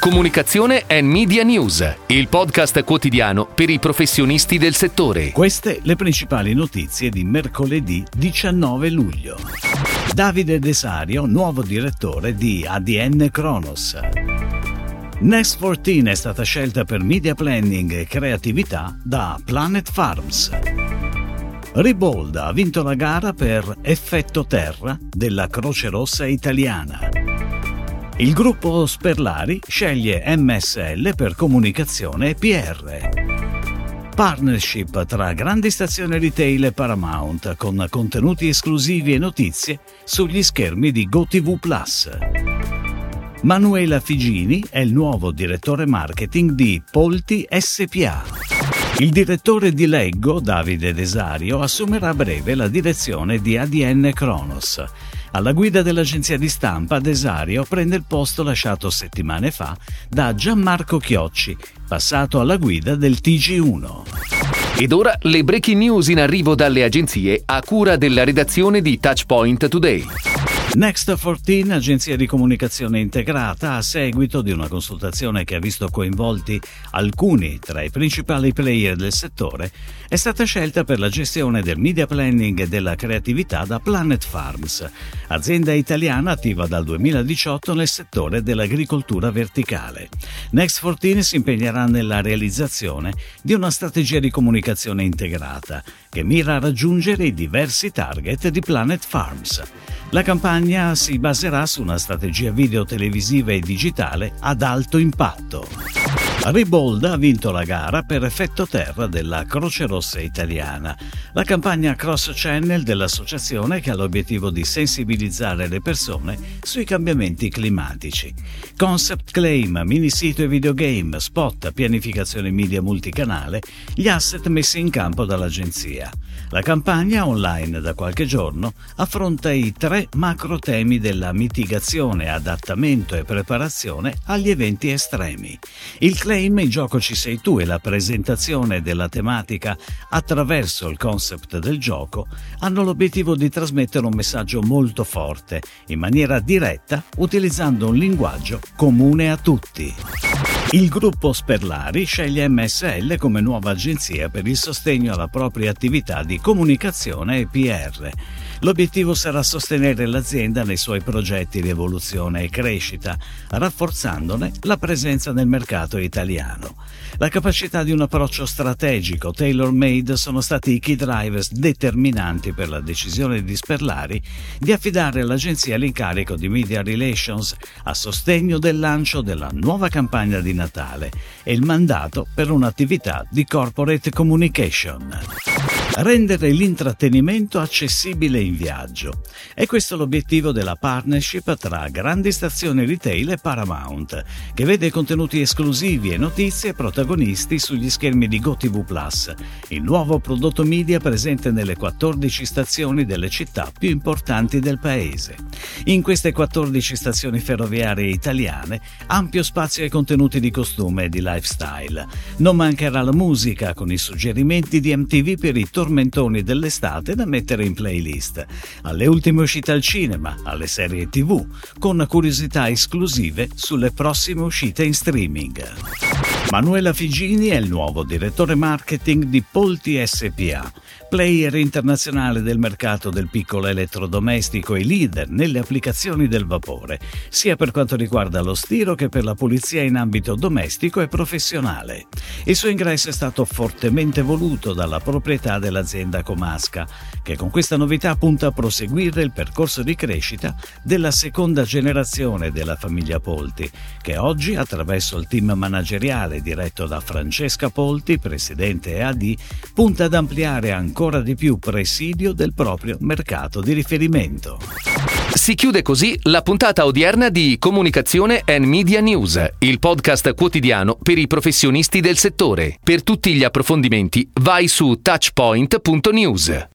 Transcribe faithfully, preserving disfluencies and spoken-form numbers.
Comunicazione and Media News, il podcast quotidiano per i professionisti del settore. Queste le principali notizie di mercoledì diciannove luglio. Davide Desario, nuovo direttore di A D N Kronos. Next quattordici è stata scelta per media planning e creatività da Planet Farms. Ribold ha vinto la gara per Effetto Terra della Croce Rossa Italiana. Il gruppo Sperlari sceglie M S L per comunicazione e P R. Partnership tra grandi stazioni retail e Paramount con contenuti esclusivi e notizie sugli schermi di GoTV Plus. Manuela Figini è il nuovo direttore marketing di Polti S P A. Il direttore di Leggo, Davide Desario, assumerà a breve la direzione di A D N Kronos. Alla guida dell'agenzia di stampa, Desario prende il posto lasciato settimane fa da Gianmarco Chiocci, passato alla guida del T G uno. Ed ora le breaking news in arrivo dalle agenzie a cura della redazione di Touchpoint Today. Next quattordici, agenzia di comunicazione integrata, a seguito di una consultazione che ha visto coinvolti alcuni tra i principali player del settore, è stata scelta per la gestione del media planning e della creatività da Planet Farms, azienda italiana attiva dal duemiladiciotto nel settore dell'agricoltura verticale. Next quattordici si impegnerà nella realizzazione di una strategia di comunicazione integrata che mira a raggiungere i diversi target di Planet Farms. La campagna si baserà su una strategia video televisiva e digitale ad alto impatto. Ribold ha vinto la gara per Effetto Terra della Croce Rossa Italiana, la campagna cross-channel dell'associazione che ha l'obiettivo di sensibilizzare le persone sui cambiamenti climatici. Concept claim, minisito e videogame, spot, pianificazione media multicanale, gli asset messi in campo dall'agenzia. La campagna, online da qualche giorno, affronta i tre macro temi della mitigazione, adattamento e preparazione agli eventi estremi. Il claim "In gioco ci sei tu" e la presentazione della tematica attraverso il concept del gioco hanno l'obiettivo di trasmettere un messaggio molto forte, in maniera diretta, utilizzando un linguaggio comune a tutti. Il gruppo Sperlari sceglie M S L come nuova agenzia per il sostegno alla propria attività di comunicazione e P R. L'obiettivo sarà sostenere l'azienda nei suoi progetti di evoluzione e crescita, rafforzandone la presenza nel mercato italiano. La capacità di un approccio strategico tailor-made sono stati i key drivers determinanti per la decisione di Sperlari di affidare all'agenzia l'incarico di Media Relations a sostegno del lancio della nuova campagna di Natale e il mandato per un'attività di corporate communication. Rendere l'intrattenimento accessibile in viaggio. È questo l'obiettivo della partnership tra grandi stazioni retail e Paramount, che vede contenuti esclusivi e notizie e protagonisti sugli schermi di GoTV Plus, il nuovo prodotto media presente nelle quattordici stazioni delle città più importanti del paese. In queste quattordici stazioni ferroviarie italiane, ampio spazio ai contenuti di costume e di lifestyle. Non mancherà la musica, con i suggerimenti di M T V per i tormentoni dell'estate da mettere in playlist, alle ultime uscite al cinema, alle serie tivù, con curiosità esclusive sulle prossime uscite in streaming. Manuela Figini è il nuovo direttore marketing di Polti S P A, player internazionale del mercato del piccolo elettrodomestico e leader nelle applicazioni del vapore, sia per quanto riguarda lo stiro che per la pulizia in ambito domestico e professionale. Il suo ingresso è stato fortemente voluto dalla proprietà dell'azienda comasca, che con questa novità punta a proseguire il percorso di crescita della seconda generazione della famiglia Polti, che oggi, attraverso il team manageriale diretto da Francesca Polti, presidente A D, punta ad ampliare ancora di più presidio del proprio mercato di riferimento. Si chiude così la puntata odierna di Comunicazione and Media News, il podcast quotidiano per i professionisti del settore. Per tutti gli approfondimenti vai su touchpoint punto news.